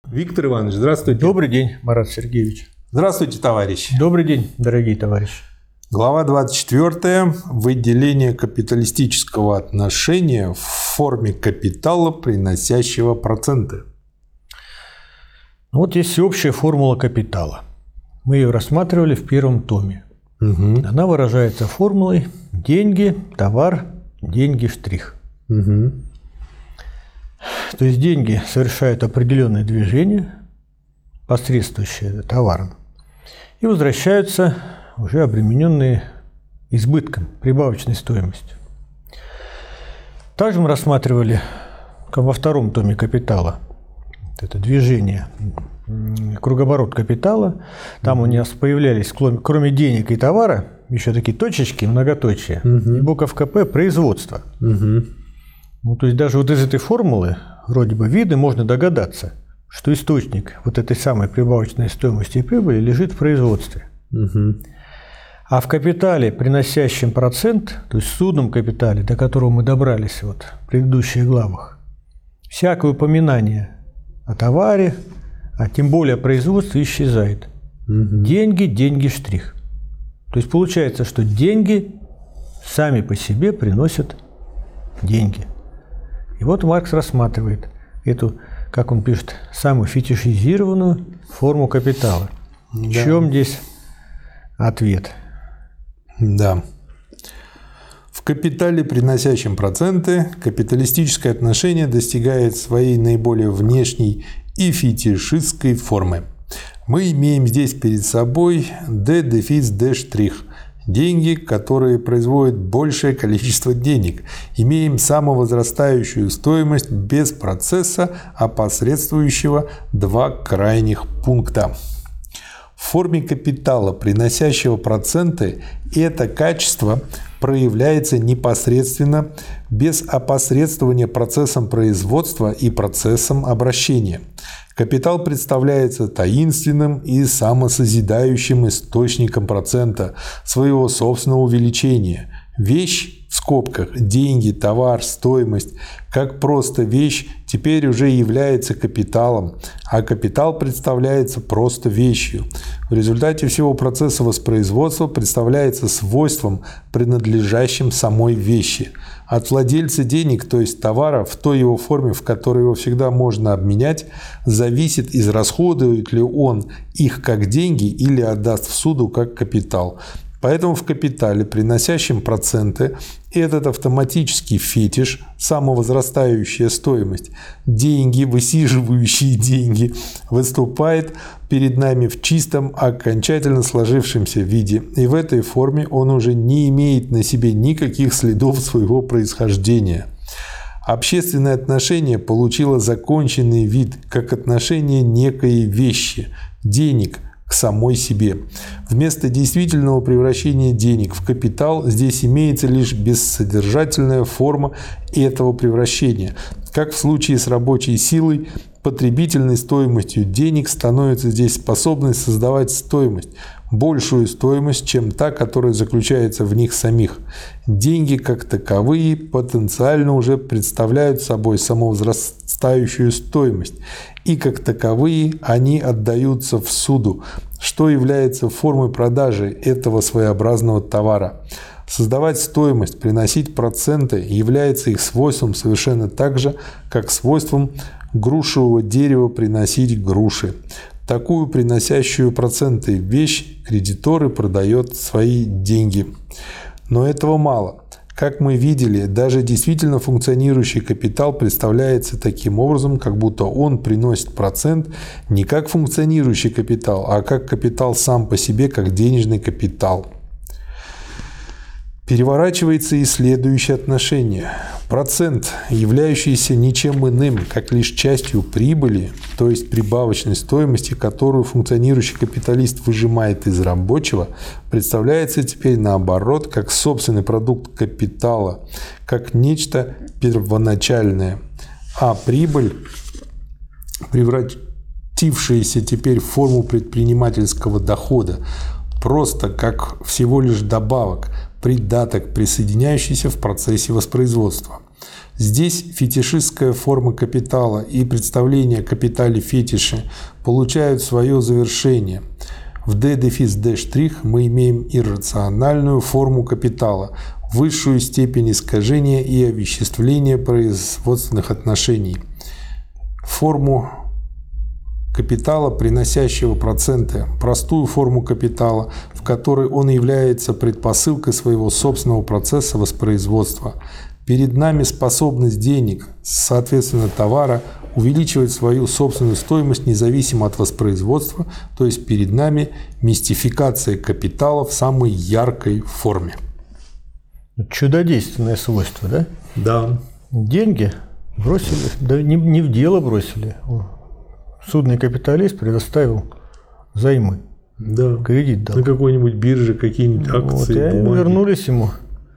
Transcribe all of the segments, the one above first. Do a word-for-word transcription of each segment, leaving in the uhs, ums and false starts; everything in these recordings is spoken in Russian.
Виктор Иванович, здравствуйте. Добрый день, Марат Сергеевич. Здравствуйте, товарищи. Добрый день, дорогие товарищи. Глава двадцать четвёртая. Выделение капиталистического отношения в форме капитала, приносящего проценты. Вот есть всеобщая формула капитала. Мы ее рассматривали в первом томе. Угу. Она выражается формулой деньги, товар, деньги, штрих. Угу. То есть деньги совершают определенное движение, посредствующее товаром, и возвращаются уже обремененные избытком, прибавочной стоимостью. Также мы рассматривали, как во втором томе капитала, это движение, круговорот капитала. Там у нас появлялись, кроме денег и товара, еще такие точечки, многоточия, угу. и буковка П – производство. Угу. Ну, то есть даже вот из этой формулы, вроде бы видно, можно догадаться, что источник вот этой самой прибавочной стоимости и прибыли лежит в производстве. Угу. А в капитале, приносящем процент, то есть в судном капитале, до которого мы добрались вот в предыдущих главах, всякое упоминание о товаре, а тем более о производстве исчезает. Угу. Деньги, деньги, штрих. То есть получается, что деньги сами по себе приносят деньги. И вот Маркс рассматривает эту, как он пишет, самую фетишизированную форму капитала. Да. В чем здесь ответ? Да. В капитале, приносящем проценты, капиталистическое отношение достигает своей наиболее внешней и фетишистской формы. Мы имеем здесь перед собой D дефис D штрих. Деньги, которые производят большее количество денег. Имеем самовозрастающую стоимость без процесса, опосредствующего два крайних пункта. В форме капитала, приносящего проценты, это качество проявляется непосредственно, без опосредствования процессом производства и процессом обращения. Капитал представляется таинственным и самосозидающим источником процента, своего собственного увеличения. Вещь, в скобках, деньги, товар, стоимость, как просто вещь, теперь уже является капиталом, а капитал представляется просто вещью. В результате всего процесса воспроизводства представляется свойством, принадлежащим самой вещи. От владельца денег, то есть товара, в той его форме, в которой его всегда можно обменять, зависит, израсходует ли он их как деньги или отдаст в суду как капитал. Поэтому в капитале, приносящем проценты, этот автоматический фетиш, самовозрастающая стоимость, деньги, высиживающие деньги, выступает перед нами в чистом, окончательно сложившемся виде. И в этой форме он уже не имеет на себе никаких следов своего происхождения. Общественное отношение получило законченный вид, как отношение некой вещи, денег, к самой себе. Вместо действительного превращения денег в капитал здесь имеется лишь бессодержательная форма этого превращения. Как в случае с рабочей силой, потребительной стоимостью денег становится здесь способность создавать стоимость, большую стоимость, чем та, которая заключается в них самих. Деньги, как таковые, потенциально уже представляют собой самовозрастающую стоимость, и как таковые они отдаются в суду, что является формой продажи этого своеобразного товара. Создавать стоимость, приносить проценты является их свойством совершенно так же, как свойством грушевого дерева приносить груши. Такую приносящую проценты вещь кредиторы продают свои деньги. Но этого мало. Как мы видели, даже действительно функционирующий капитал представляется таким образом, как будто он приносит процент не как функционирующий капитал, а как капитал сам по себе, как денежный капитал. Переворачивается и следующее отношение. Процент, являющийся ничем иным, как лишь частью прибыли, то есть прибавочной стоимости, которую функционирующий капиталист выжимает из рабочего, представляется теперь наоборот как собственный продукт капитала, как нечто первоначальное. А прибыль, превратившаяся теперь в форму предпринимательского дохода, просто как всего лишь добавок, придаток, присоединяющийся в процессе воспроизводства. Здесь фетишистская форма капитала и представление о капитале-фетише получают свое завершение. В D-D' мы имеем иррациональную форму капитала, высшую степень искажения и овеществления производственных отношений. Форму капитала, приносящего проценты, простую форму капитала, в которой он является предпосылкой своего собственного процесса воспроизводства. Перед нами способность денег, соответственно товара, увеличивать свою собственную стоимость независимо от воспроизводства, то есть перед нами мистификация капитала в самой яркой форме. Чудодейственное свойство, да? Да. Деньги бросили, да не, не в дело бросили. Судный капиталист предоставил займы. Да. Кредит дал. На какой-нибудь бирже какие-нибудь акции, вот, и бумаги. Вернулись ему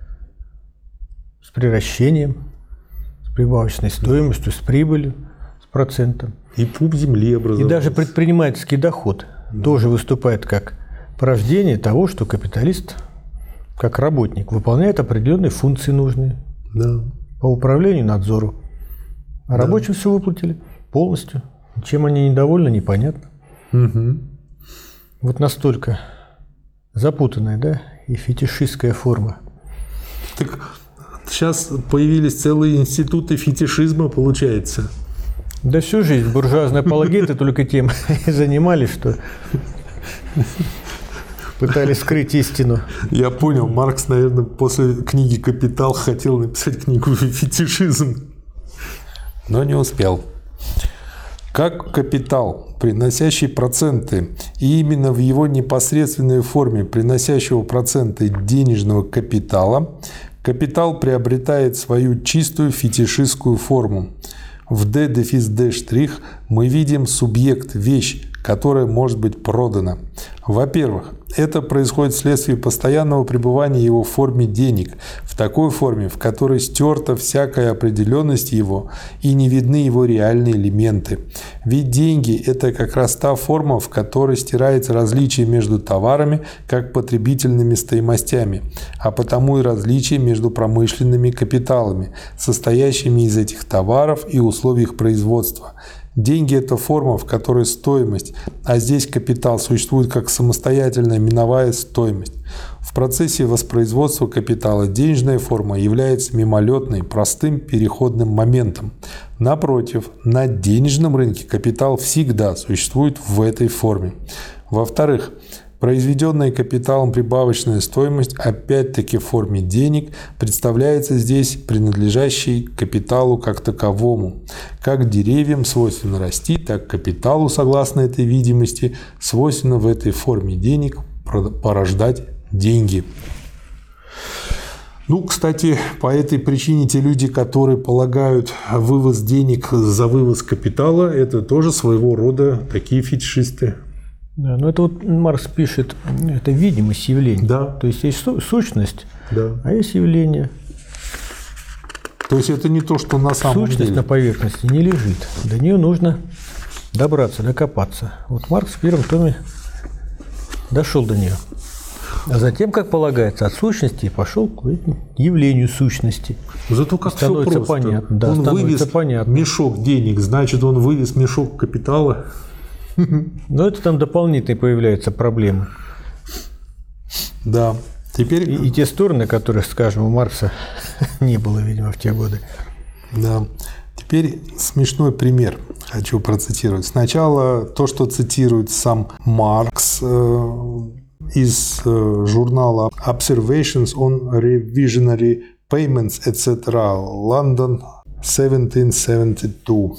с приращением, с прибавочной стоимостью, с прибылью, с процентом. И пуп земли образовался. И даже предпринимательский доход да. тоже выступает как порождение того, что капиталист, как работник, выполняет определенные функции нужные да. по управлению, надзору. А да. рабочим все выплатили полностью. Чем они недовольны, непонятно. Угу. Вот настолько запутанная, да, и фетишистская форма. Так сейчас появились целые институты фетишизма, получается. Да всю жизнь буржуазные апологеты только тем и занимались, что пытались скрыть истину. Я понял, Маркс, наверное, после книги «Капитал» хотел написать книгу «Фетишизм», но не успел. Как капитал, приносящий проценты, и именно в его непосредственной форме приносящего проценты денежного капитала, капитал приобретает свою чистую фетишистскую форму. В D-D' мы видим субъект, вещь, которая может быть продана. Во-первых, это происходит вследствие постоянного пребывания его в форме денег, в такой форме, в которой стерта всякая определенность его и не видны его реальные элементы. Ведь деньги – это как раз та форма, в которой стирается различие между товарами как потребительными стоимостями, а потому и различие между промышленными капиталами, состоящими из этих товаров и условий их производства. Деньги – это форма, в которой стоимость, а здесь капитал, существует как самостоятельная миновая стоимость. В процессе воспроизводства капитала денежная форма является мимолетной, простым переходным моментом. Напротив, на денежном рынке капитал всегда существует в этой форме. Во-вторых, произведенная капиталом прибавочная стоимость, опять-таки в форме денег, представляется здесь принадлежащей капиталу как таковому. Как деревьям свойственно расти, так капиталу, согласно этой видимости, свойственно в этой форме денег порождать деньги. Ну, кстати, по этой причине те люди, которые полагают вывоз денег за вывоз капитала, это тоже своего рода такие фетишисты. Да, но это вот Маркс пишет, это видимость явления. Да. То есть есть сущность, да. а есть явление. То есть это не то, что на самом сущность деле. Сущность на поверхности не лежит. До нее нужно добраться, докопаться. Вот Маркс в первом томе дошел до нее. А затем, как полагается, от сущности пошел к явлению сущности. Зато как становится все просто. Понятно. Да, он вывез понятно. мешок денег, значит, он вывез мешок капитала. Но это там дополнительные появляются проблемы. Да. Теперь... И, и те стороны, которых, скажем, у Маркса не было, видимо, в те годы. Да. Теперь смешной пример хочу процитировать. Сначала то, что цитирует сам Маркс э, из э, журнала Observations on Revisionary Payments, et cetera, London, seventeen seventy-two.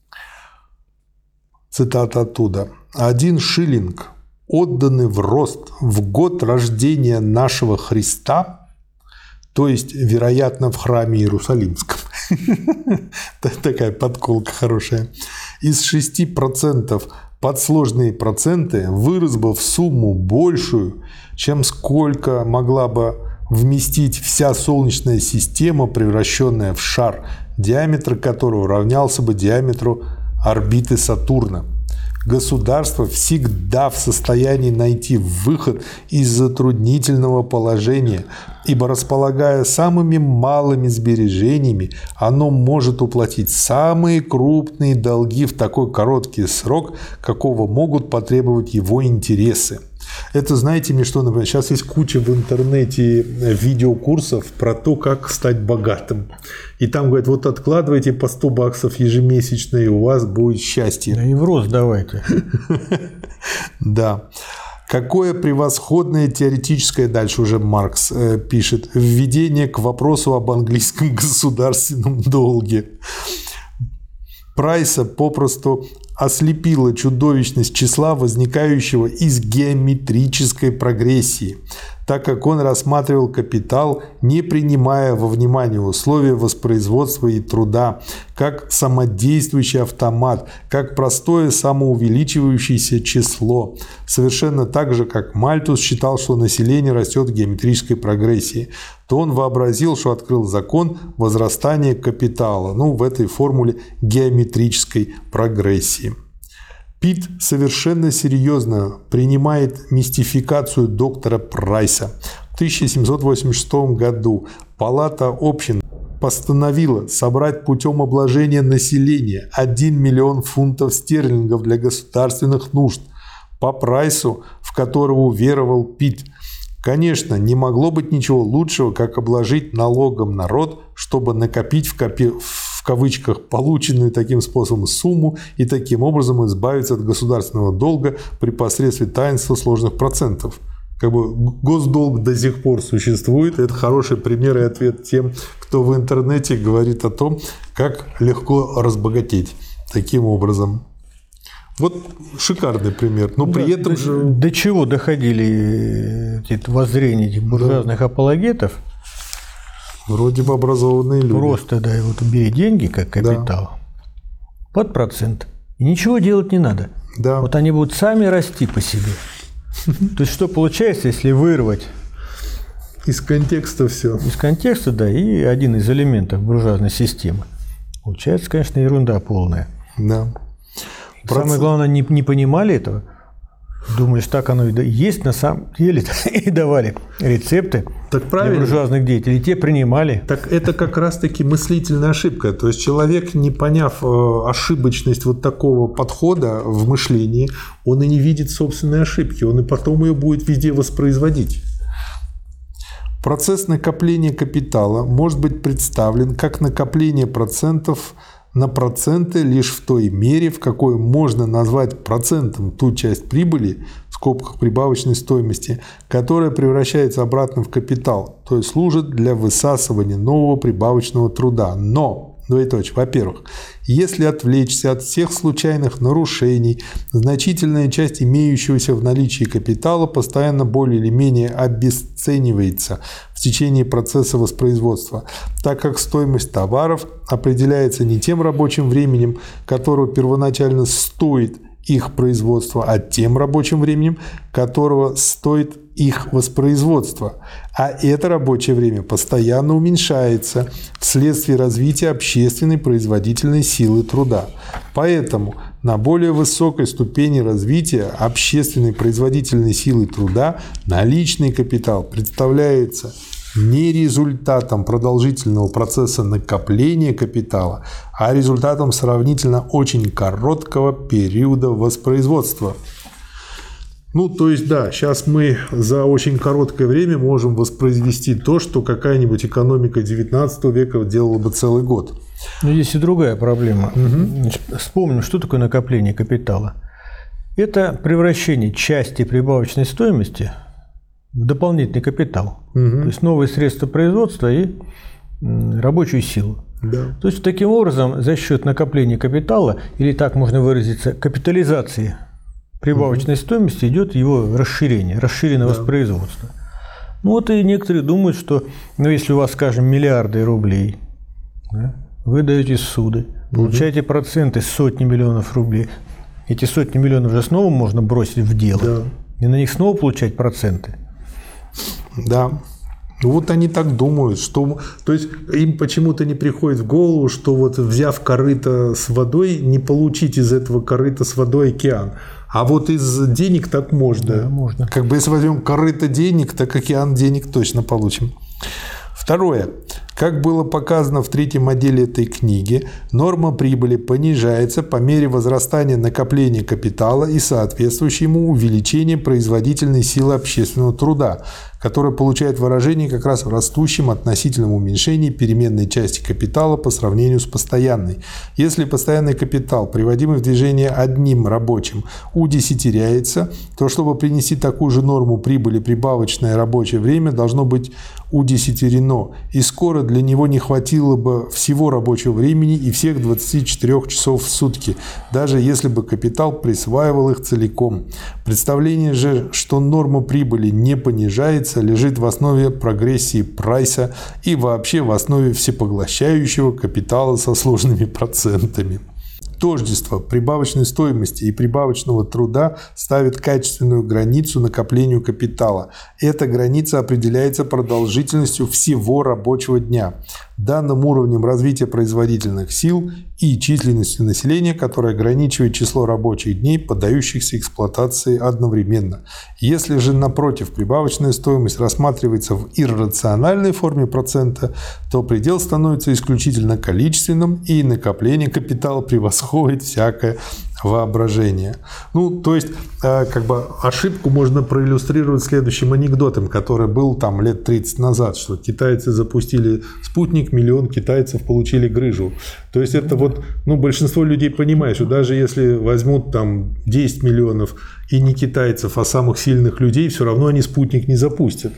Цитата оттуда. «Один шиллинг, отданный в рост в год рождения нашего Христа, то есть, вероятно, в храме Иерусалимском». Такая подколка хорошая. Из шести процентов под сложные проценты вырос бы в сумму большую, чем сколько могла бы вместить вся Солнечная система, превращенная в шар, диаметр которого равнялся бы диаметру орбиты Сатурна. Государство всегда в состоянии найти выход из затруднительного положения, ибо, располагая самыми малыми сбережениями, оно может уплатить самые крупные долги в такой короткий срок, какого могут потребовать его интересы. Это, знаете, мне что, например, сейчас есть куча в интернете видеокурсов про то, как стать богатым. И там говорят, вот откладывайте по сто баксов ежемесячно, и у вас будет счастье. Да и в рост давайте. Да. Какое превосходное теоретическое, дальше уже Маркс пишет, введение к вопросу об английском государственном долге. Прайса попросту ослепила чудовищность числа, возникающего из геометрической прогрессии, так как он рассматривал капитал, не принимая во внимание условия воспроизводства и труда, как самодействующий автомат, как простое самоувеличивающееся число, совершенно так же, как Мальтус считал, что население растет в геометрической прогрессии, то он вообразил, что открыл закон возрастания капитала, ну, в этой формуле геометрической прогрессии. Питт совершенно серьезно принимает мистификацию доктора Прайса. В тысяча семьсот восемьдесят шестом году Палата общин постановила собрать путем обложения населения один миллион фунтов стерлингов для государственных нужд, по Прайсу, в которого уверовал Питт. Конечно, не могло быть ничего лучшего, как обложить налогом народ, чтобы накопить в, копи... в кавычках полученную таким способом сумму и таким образом избавиться от государственного долга при посредстве таинства сложных процентов. Как бы госдолг до сих пор существует. Это хороший пример и ответ тем, кто в интернете говорит о том, как легко разбогатеть таким образом. Вот шикарный пример, но при да, этом до, же... До чего доходили эти воззрения этих буржуазных да. апологетов? Вроде бы образованные люди. Просто, да, вот убери деньги как капитал да. под процент. И ничего делать не надо. Да. Вот они будут сами расти по себе. То есть, что получается, если вырвать... Из контекста все. Из контекста, да, и один из элементов буржуазной системы. Получается, конечно, ерунда полная. Да. Процент... Самое главное, не, не понимали этого. Думаешь, так оно и есть на самом деле. И давали рецепты так для буржуазных деятелей. Те принимали. Так это как раз-таки мыслительная ошибка. То есть человек, не поняв ошибочность вот такого подхода в мышлении, он и не видит собственной ошибки. Он и потом ее будет везде воспроизводить. Процесс накопления капитала может быть представлен как накопление процентов на проценты лишь в той мере, в какой можно назвать процентом ту часть прибыли, в скобках прибавочной стоимости, которая превращается обратно в капитал, то есть служит для высасывания нового прибавочного труда. Но, двоеточие, во-первых, если отвлечься от всех случайных нарушений, значительная часть имеющегося в наличии капитала постоянно более или менее обесценивается в течение процесса воспроизводства, так как стоимость товаров определяется не тем рабочим временем, которого первоначально стоит их производство, а тем рабочим временем, которого стоит их воспроизводство. А это рабочее время постоянно уменьшается вследствие развития общественной производительной силы труда. Поэтому на более высокой ступени развития общественной производительной силы труда наличный капитал представляется не результатом продолжительного процесса накопления капитала, а результатом сравнительно очень короткого периода воспроизводства. Ну, то есть, да, сейчас мы за очень короткое время можем воспроизвести то, что какая-нибудь экономика девятнадцатого века делала бы целый год. Но есть и другая проблема. Угу. Вспомним, что такое накопление капитала. Это превращение части прибавочной стоимости в дополнительный капитал. Угу. То есть новые средства производства и рабочую силу. Да. То есть таким образом за счет накопления капитала, или так можно выразиться, капитализации прибавочной угу. стоимости идет его расширение, расширенное да. воспроизводство. Ну вот и некоторые думают, что ну, если у вас, скажем, миллиарды рублей, да, вы даете суды, получаете угу. проценты сотни миллионов рублей, эти сотни миллионов уже снова можно бросить в дело да. и на них снова получать проценты. Да. Ну вот они так думают, что, то есть им почему-то не приходит в голову, что вот взяв корыто с водой, не получить из этого корыта с водой океан. А вот из денег так можно. Да, можно. Как бы если возьмем корыто денег, так океан денег точно получим. Второе. Как было показано в третьей модели этой книги, норма прибыли понижается по мере возрастания накопления капитала и соответствующего ему увеличения производительной силы общественного труда, которое получает выражение как раз в растущем относительном уменьшении переменной части капитала по сравнению с постоянной. Если постоянный капитал, приводимый в движение одним рабочим, удесятеряется, то чтобы принести такую же норму прибыли, прибавочное рабочее время должно быть удесятерено, и скоро для него не хватило бы всего рабочего времени и всех двадцати четырёх часов в сутки, даже если бы капитал присваивал их целиком. Представление же, что норма прибыли не понижается, лежит в основе прогрессии Прайса и вообще в основе всепоглощающего капитала со сложными процентами. Тождество прибавочной стоимости и прибавочного труда ставит качественную границу накоплению капитала. Эта граница определяется продолжительностью всего рабочего дня, данным уровнем развития производительных сил и численностью населения, которая ограничивает число рабочих дней, поддающихся эксплуатации одновременно. Если же, напротив, прибавочная стоимость рассматривается в иррациональной форме процента, то предел становится исключительно количественным, и накопление капитала превосходит всякое воображение. Ну, то есть, э, как бы ошибку можно проиллюстрировать следующим анекдотом, который был там лет тридцать назад, что китайцы запустили спутник, миллион китайцев получили грыжу. То есть, это вот, ну, большинство людей понимает, что даже если возьмут там десять миллионов и не китайцев, а самых сильных людей, все равно они спутник не запустят.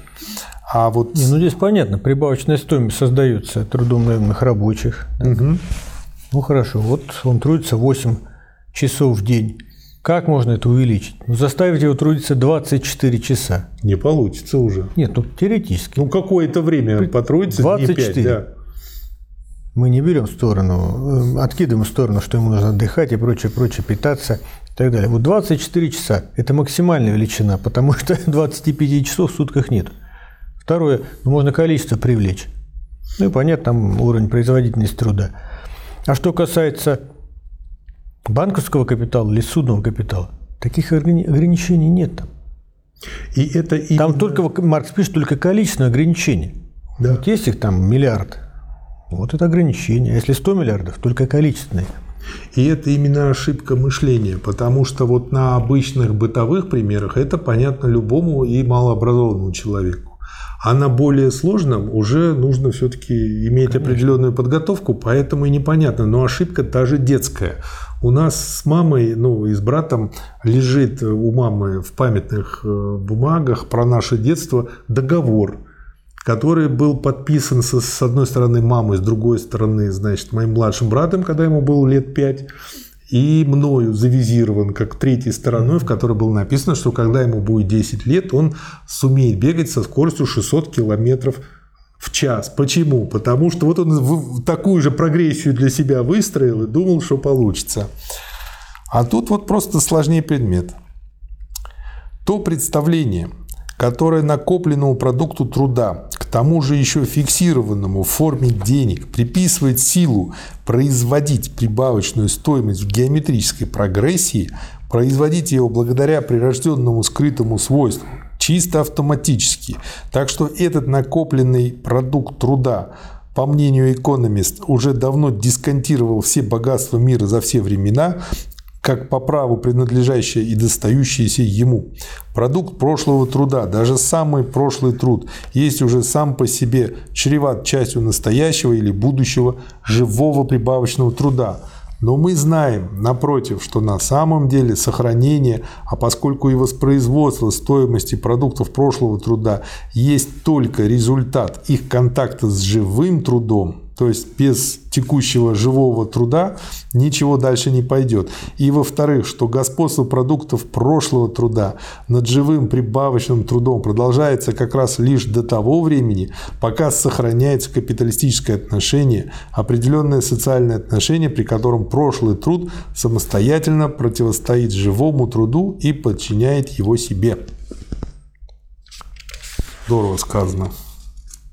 А вот... Не, ну, здесь понятно, прибавочная стоимость создается трудом наемных рабочих. Да? Угу. Ну, хорошо, вот он трудится восемь часов в день. Как можно это увеличить? Ну, заставить его трудиться двадцать четыре часа. Не получится уже. Нет, ну теоретически. Ну, какое-то время потрудится, двадцать четыре. дней пять, да. Мы не берем в сторону, откидываем в сторону, что ему нужно отдыхать и прочее, прочее, питаться и так далее. Вот двадцать четыре часа – это максимальная величина, потому что двадцати пяти часов в сутках нет. Второе, ну, можно количество привлечь. Ну и понятно, там уровень производительности труда. А что касается банковского капитала или судного капитала, таких ограничений нет там. И это именно... Там только, Маркс пишет, только количественное ограничение. Да. Вот есть их там миллиард, вот это ограничение. А если сто миллиардов, только количественные. И это именно ошибка мышления, потому что вот на обычных бытовых примерах это понятно любому и малообразованному человеку. А на более сложном уже нужно все-таки иметь Конечно. определенную подготовку, поэтому и непонятно. Но ошибка та же детская. У нас с мамой, ну и с братом лежит у мамы в памятных бумагах про наше детство договор, который был подписан со, с одной стороны мамой, с другой стороны, значит, моим младшим братом, когда ему было лет пять. И мною завизирован как третьей стороной, в которой было написано, что когда ему будет десять лет, он сумеет бегать со скоростью шестьсот километров в час. Почему? Потому что вот он такую же прогрессию для себя выстроил и думал, что получится. А тут вот просто сложнее предмет. То представление, которое накопленному продукту труда, к тому же еще фиксированному в форме денег, приписывает силу производить прибавочную стоимость в геометрической прогрессии, производить ее благодаря прирожденному скрытому свойству, чисто автоматически. Так что этот накопленный продукт труда, по мнению Economist, уже давно дисконтировал все богатства мира за все времена, как по праву принадлежащее и достающееся ему. Продукт прошлого труда, даже самый прошлый труд, есть уже сам по себе чреват частью настоящего или будущего живого прибавочного труда. Но мы знаем, напротив, что на самом деле сохранение, а поскольку и воспроизводство стоимости продуктов прошлого труда есть только результат их контакта с живым трудом, то есть без текущего живого труда ничего дальше не пойдет. И во-вторых, что господство продуктов прошлого труда над живым прибавочным трудом продолжается как раз лишь до того времени, пока сохраняется капиталистическое отношение, определенное социальное отношение, при котором прошлый труд самостоятельно противостоит живому труду и подчиняет его себе. Здорово сказано.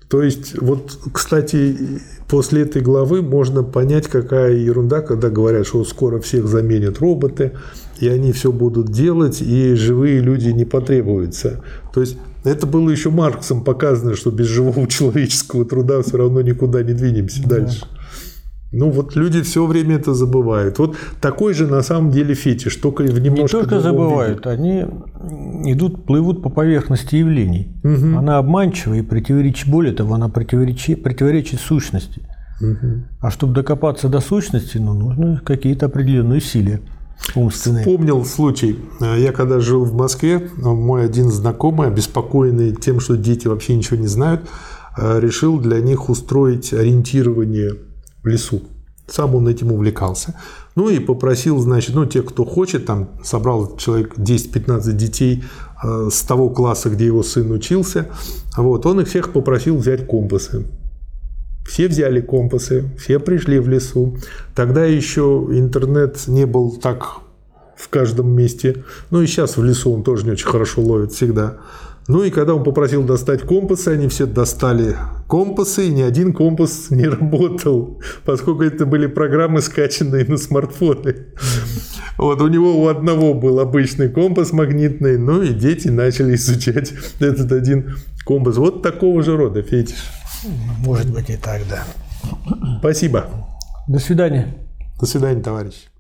То есть, вот, кстати, после этой главы можно понять, какая ерунда, когда говорят, что скоро всех заменят роботы, и они все будут делать, и живые люди не потребуются. То есть, это было еще Марксом показано, что без живого человеческого труда все равно никуда не двинемся да. дальше. Ну, вот люди все время это забывают. Вот такой же на самом деле фетиш, только в немножко не только забывают, виде. Они идут, плывут по поверхности явлений. Угу. Она обманчива и противоречит, более того, она противоречит, противоречит сущности. Угу. А чтобы докопаться до сущности, ну, нужны какие-то определенные усилия умственные. Вспомнил случай. Я когда жил в Москве, мой один знакомый, обеспокоенный тем, что дети вообще ничего не знают, решил для них устроить ориентирование в лесу. Сам он этим увлекался. Ну и попросил, значит, ну, тех, кто хочет, там собрал человек десять-пятнадцать детей э, с того класса, где его сын учился. Вот, он их всех попросил взять компасы. Все взяли компасы, все пришли в лесу. Тогда еще интернет не был так в каждом месте. Ну и сейчас в лесу он тоже не очень хорошо ловит всегда. Ну и когда он попросил достать компасы, они все достали компасы, и ни один компас не работал, поскольку это были программы, скачанные на смартфоны. Вот у него у одного был обычный компас магнитный, ну и дети начали изучать этот один компас. Вот такого же рода фетиш. Может быть и так, да. Спасибо. До свидания. До свидания, товарищи.